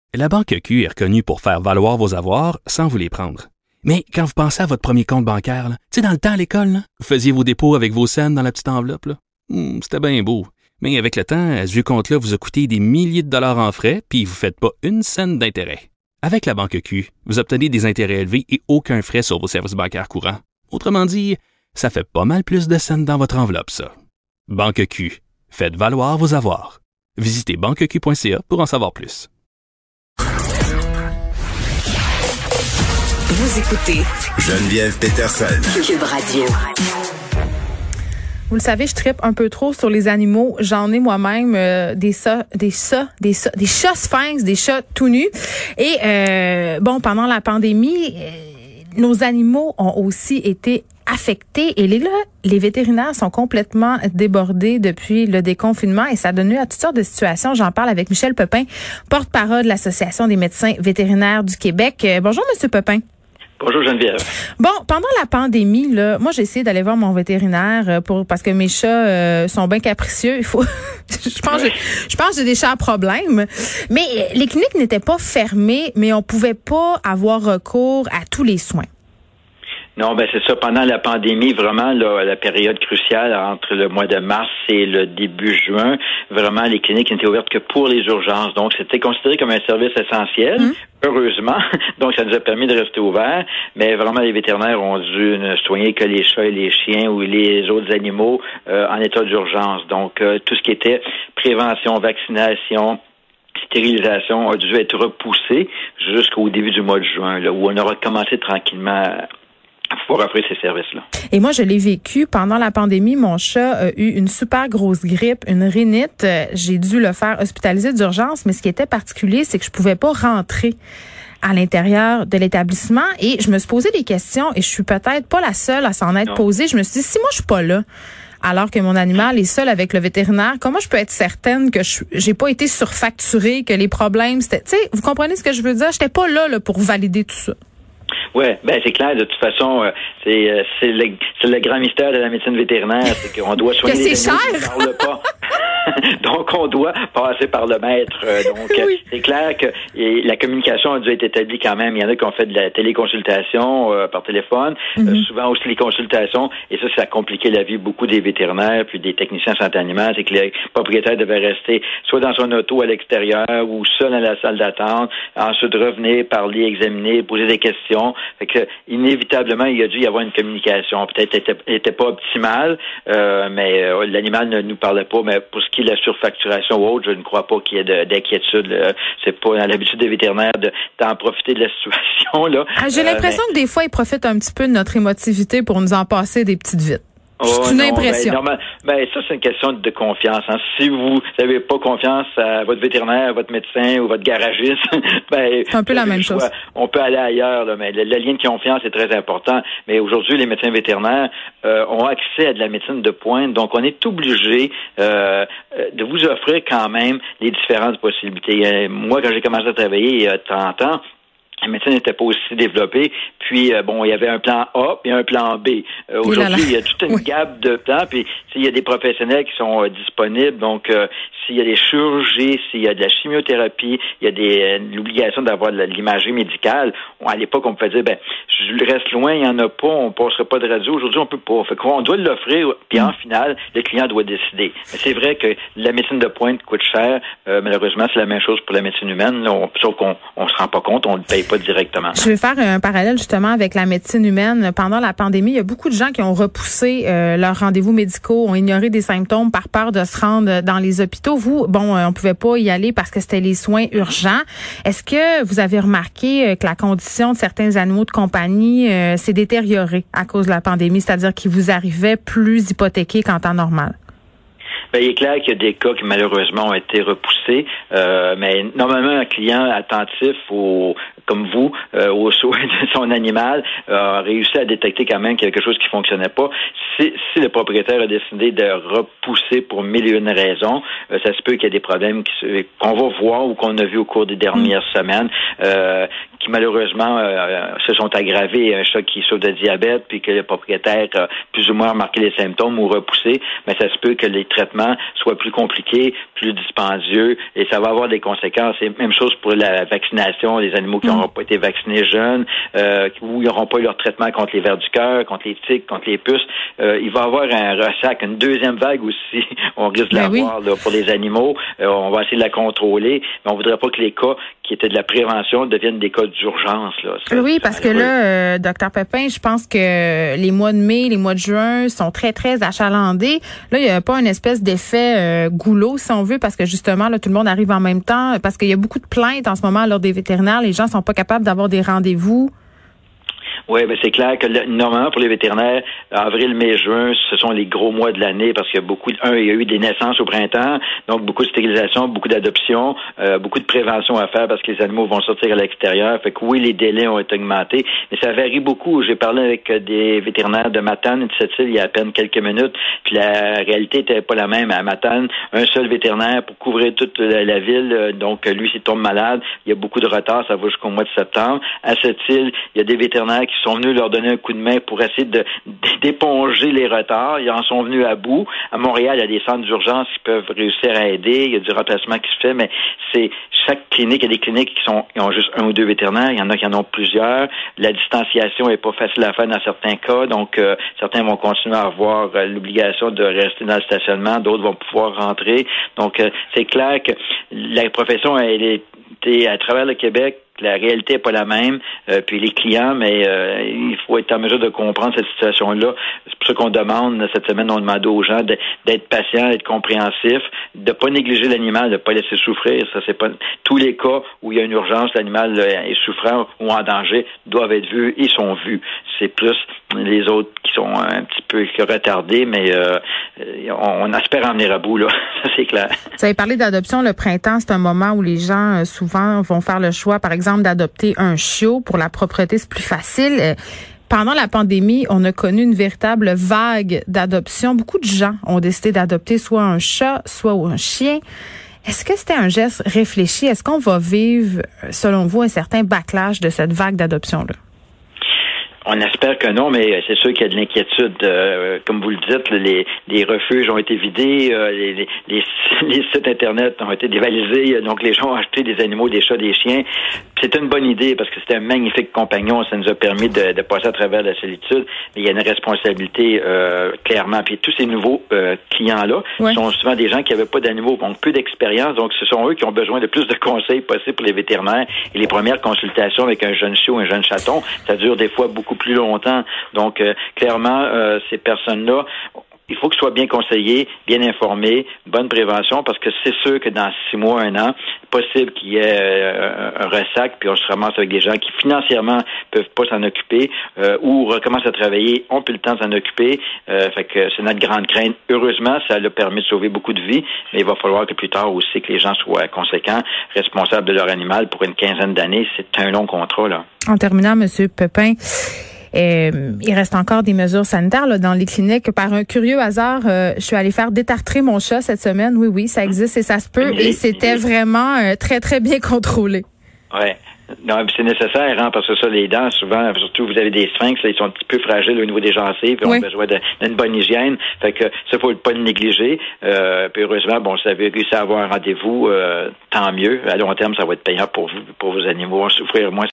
La Banque Q est reconnue pour faire valoir vos avoirs sans vous les prendre. Mais quand vous pensez à votre premier compte bancaire, tu sais, dans le temps à l'école, là, vous faisiez vos dépôts avec vos scènes dans la petite enveloppe. Là. C'était bien beau. Mais avec le temps, ce vieux compte-là vous a coûté des milliers de dollars en frais, puis vous ne faites pas une scène d'intérêt. Avec la Banque Q, vous obtenez des intérêts élevés et aucun frais sur vos services bancaires courants. Autrement dit, ça fait pas mal plus de scènes dans votre enveloppe, ça. Banque Q. Faites valoir vos avoirs. Visitez banqueq.ca pour en savoir plus. Vous écoutez Geneviève Peterson. Cube Radio. Vous le savez, je trippe un peu trop sur les animaux. J'en ai moi-même des chats sphinx, des chats tout nus. Et pendant la pandémie, nos animaux ont aussi été affectés. Et les vétérinaires sont complètement débordés depuis le déconfinement et ça donne lieu à toutes sortes de situations. J'en parle avec Michel Pepin, porte-parole de l'Association des médecins vétérinaires du Québec. Bonjour, Monsieur Pepin. Bonjour Geneviève. Bon, pendant la pandémie, là, moi j'ai essayé d'aller voir mon vétérinaire parce que mes chats sont bien capricieux. Il faut, je pense que j'ai des chats à problème. Mais les cliniques n'étaient pas fermées, mais on pouvait pas avoir recours à tous les soins. Non, c'est ça. Pendant la pandémie, vraiment, là, la période cruciale entre le mois de mars et le début juin, vraiment, les cliniques n'étaient ouvertes que pour les urgences. Donc, c'était considéré comme un service essentiel, heureusement. Donc, ça nous a permis de rester ouverts. Mais vraiment, les vétérinaires ont dû ne soigner que les chats et les chiens ou les autres animaux en état d'urgence. Donc, tout ce qui était prévention, vaccination, stérilisation a dû être repoussé jusqu'au début du mois de juin, là, où on aura commencé tranquillement pour offrir ces services-là. Et moi, je l'ai vécu pendant la pandémie. Mon chat a eu une super grosse grippe, une rhinite. J'ai dû le faire hospitaliser d'urgence, mais ce qui était particulier, c'est que je pouvais pas rentrer à l'intérieur de l'établissement. Et je me suis posé des questions et je suis peut-être pas la seule à s'en être posée. Je me suis dit, si moi je suis pas là, alors que mon animal est seul avec le vétérinaire, comment je peux être certaine que j'ai pas été surfacturée, que les problèmes, c'était, tu sais, vous comprenez ce que je veux dire? J'étais pas là pour valider tout ça. Ouais, c'est clair. De toute façon, c'est le grand mystère de la médecine vétérinaire, c'est qu'on doit soigner les animaux qui ne parlent pas. Donc, on doit passer par le maître. Oui. C'est clair que la communication a dû être établie quand même. Il y en a qui ont fait de la téléconsultation par téléphone, souvent aussi les consultations, et ça a compliqué la vie beaucoup des vétérinaires puis des techniciens santé animale. C'est que les propriétaires devaient rester soit dans son auto à l'extérieur ou seul dans la salle d'attente, ensuite revenir, parler, examiner, poser des questions. Fait que inévitablement, il a dû y avoir une communication. Peut-être était pas optimale, mais l'animal ne nous parlait pas. Mais pour ce qui est de la surfacturation ou autre, je ne crois pas qu'il y ait d'inquiétude. C'est pas dans l'habitude des vétérinaires d'en profiter de la situation là. J'ai l'impression que des fois, ils profitent un petit peu de notre émotivité pour nous en passer des petites vites. C'est une impression. Ça, c'est une question de confiance. Hein. Si vous n'avez pas confiance à votre vétérinaire, à votre médecin ou votre garagiste, c'est un peu la même chose. On peut aller ailleurs, là, mais le lien de confiance est très important. Mais aujourd'hui, les médecins vétérinaires ont accès à de la médecine de pointe, donc on est obligé de vous offrir quand même les différentes possibilités. Moi, quand j'ai commencé à travailler il y a 30 ans, la médecine n'était pas aussi développée. Puis, il y avait un plan A et un plan B. Aujourd'hui, il y a toute une gamme de plans. Puis, il y a des professionnels qui sont disponibles. Donc, s'il y a des chirurgies, s'il y a de la chimiothérapie, il y a l'obligation d'avoir de l'imagerie médicale. À l'époque, on pouvait dire, je reste loin, il n'y en a pas, on ne passera pas de radio. Aujourd'hui, on peut pas. Fait qu'on doit l'offrir. Puis, en finale, le client doit décider. Mais c'est vrai que la médecine de pointe coûte cher. Malheureusement, c'est la même chose pour la médecine humaine. Là, sauf qu'on se rend pas compte, on le paye pas directement. Je vais faire un parallèle justement avec la médecine humaine. Pendant la pandémie, il y a beaucoup de gens qui ont repoussé leurs rendez-vous médicaux, ont ignoré des symptômes par peur de se rendre dans les hôpitaux. Vous, on pouvait pas y aller parce que c'était les soins urgents. Est-ce que vous avez remarqué que la condition de certains animaux de compagnie s'est détériorée à cause de la pandémie, c'est-à-dire qu'ils vous arrivaient plus hypothéqués qu'en temps normal? Il est clair qu'il y a des cas qui malheureusement ont été repoussés, mais normalement un client attentif comme vous, aux soins de son animal, a réussi à détecter quand même quelque chose qui fonctionnait pas. Si le propriétaire a décidé de repousser pour mille et une raisons, ça se peut qu'il y ait des problèmes qu'on va voir ou qu'on a vu au cours des dernières semaines, qui qui malheureusement se sont aggravés, un chat qui souffre de diabète, puis que le propriétaire a plus ou moins remarqué les symptômes ou repoussé, mais ça se peut que les traitements soient plus compliqués, plus dispendieux, et ça va avoir des conséquences. Et même chose pour la vaccination, les animaux qui n'auront pas été vaccinés jeunes, ou ils n'auront pas eu leur traitement contre les vers du cœur, contre les tiques, contre les puces. Il va y avoir un ressac, une deuxième vague aussi. On risque de l'avoir là, pour les animaux. On va essayer de la contrôler, mais on voudrait pas que les cas qui étaient de la prévention deviennent des cas d'urgence. Là. Oui, parce que là, Dr Pépin, je pense que les mois de mai, les mois de juin sont très, très achalandés. Là, il n'y a pas une espèce d'effet goulot, si on veut, parce que justement, là, tout le monde arrive en même temps, parce qu'il y a beaucoup de plaintes en ce moment à l'ordre des vétérinaires. Les gens sont pas capables d'avoir des rendez-vous. Oui, ben c'est clair que normalement pour les vétérinaires, avril, mai, juin, ce sont les gros mois de l'année parce qu'il y a il y a eu des naissances au printemps, donc beaucoup de stérilisation, beaucoup d'adoption, beaucoup de prévention à faire parce que les animaux vont sortir à l'extérieur. Fait que oui, les délais ont été augmentés, mais ça varie beaucoup. J'ai parlé avec des vétérinaires de Matane et de Sept-Îles il y a à peine quelques minutes, puis la réalité était pas la même. À Matane, un seul vétérinaire pour couvrir toute la ville, donc lui s'il tombe malade, il y a beaucoup de retard, ça va jusqu'au mois de septembre. À Sept-Îles, il y a des vétérinaires qui sont venus leur donner un coup de main pour essayer d'éponger les retards. Ils en sont venus à bout. À Montréal, il y a des centres d'urgence qui peuvent réussir à aider. Il y a du remplacement qui se fait, mais c'est chaque clinique, il y a des cliniques qui ont juste un ou deux vétérinaires. Il y en a qui en ont plusieurs. La distanciation est pas facile à faire dans certains cas, donc certains vont continuer à avoir l'obligation de rester dans le stationnement. D'autres vont pouvoir rentrer. Donc, c'est clair que la profession, elle est à travers le Québec. La réalité n'est pas la même, puis les clients, mais il faut être en mesure de comprendre cette situation-là. C'est pour ça qu'on demande, cette semaine, on demande aux gens d'être patients, d'être compréhensifs, de pas négliger l'animal, de pas laisser souffrir. Ça, c'est pas tous les cas où il y a une urgence, l'animal est souffrant ou en danger, doivent être vus et sont vus. C'est plus les autres qui sont un petit peu retardés, mais on espère en venir à bout, là. Ça, c'est clair. Vous avez parlé d'adoption. Le printemps, c'est un moment où les gens, souvent, vont faire le choix, par exemple, d'adopter un chiot. Pour la propreté, c'est plus facile. Pendant la pandémie, on a connu une véritable vague d'adoption. Beaucoup de gens ont décidé d'adopter soit un chat, soit un chien. Est-ce que c'était un geste réfléchi? Est-ce qu'on va vivre, selon vous, un certain backlash de cette vague d'adoption-là? On espère que non, mais c'est sûr qu'il y a de l'inquiétude. Comme vous le dites, les refuges ont été vidés, les sites Internet ont été dévalisés, donc les gens ont acheté des animaux, des chats, des chiens. C'est une bonne idée parce que c'était un magnifique compagnon. Ça nous a permis de passer à travers la solitude. Mais il y a une responsabilité, clairement. Puis tous ces nouveaux clients-là sont souvent des gens qui n'avaient pas d'animaux, qui ont peu d'expérience. Donc, ce sont eux qui ont besoin de plus de conseils possibles pour les vétérinaires. Et les premières consultations avec un jeune chiot, un jeune chaton, ça dure des fois beaucoup plus longtemps. Donc, clairement, ces personnes-là, il faut qu'ils soient bien conseillés, bien informés, bonne prévention, parce que c'est sûr que dans 6 mois, 1 an, possible qu'il y ait un ressac, puis on se ramasse avec des gens qui financièrement peuvent pas s'en occuper ou recommencent à travailler, ont plus le temps de s'en occuper. Fait que c'est notre grande crainte. Heureusement, ça a permis de sauver beaucoup de vies, mais il va falloir que plus tard aussi que les gens soient conséquents, responsables de leur animal pour une quinzaine d'années. C'est un long contrat, là. En terminant, M. Pépin, il reste encore des mesures sanitaires là, dans les cliniques. Par un curieux hasard, je suis allée faire détartrer mon chat cette semaine. Oui, ça existe et ça se peut. Et c'était vraiment très, très bien contrôlé. Ouais. Non, c'est nécessaire, hein, parce que ça, les dents, souvent, surtout vous avez des sphinx, là, ils sont un petit peu fragiles au niveau des gencives, puis ont besoin d'une bonne hygiène. Fait que ça, faut pas le négliger. Puis heureusement, bon, si vous avez réussi à avoir un rendez-vous, tant mieux. À long terme, ça va être payant pour vous, pour vos animaux, souffrir moins.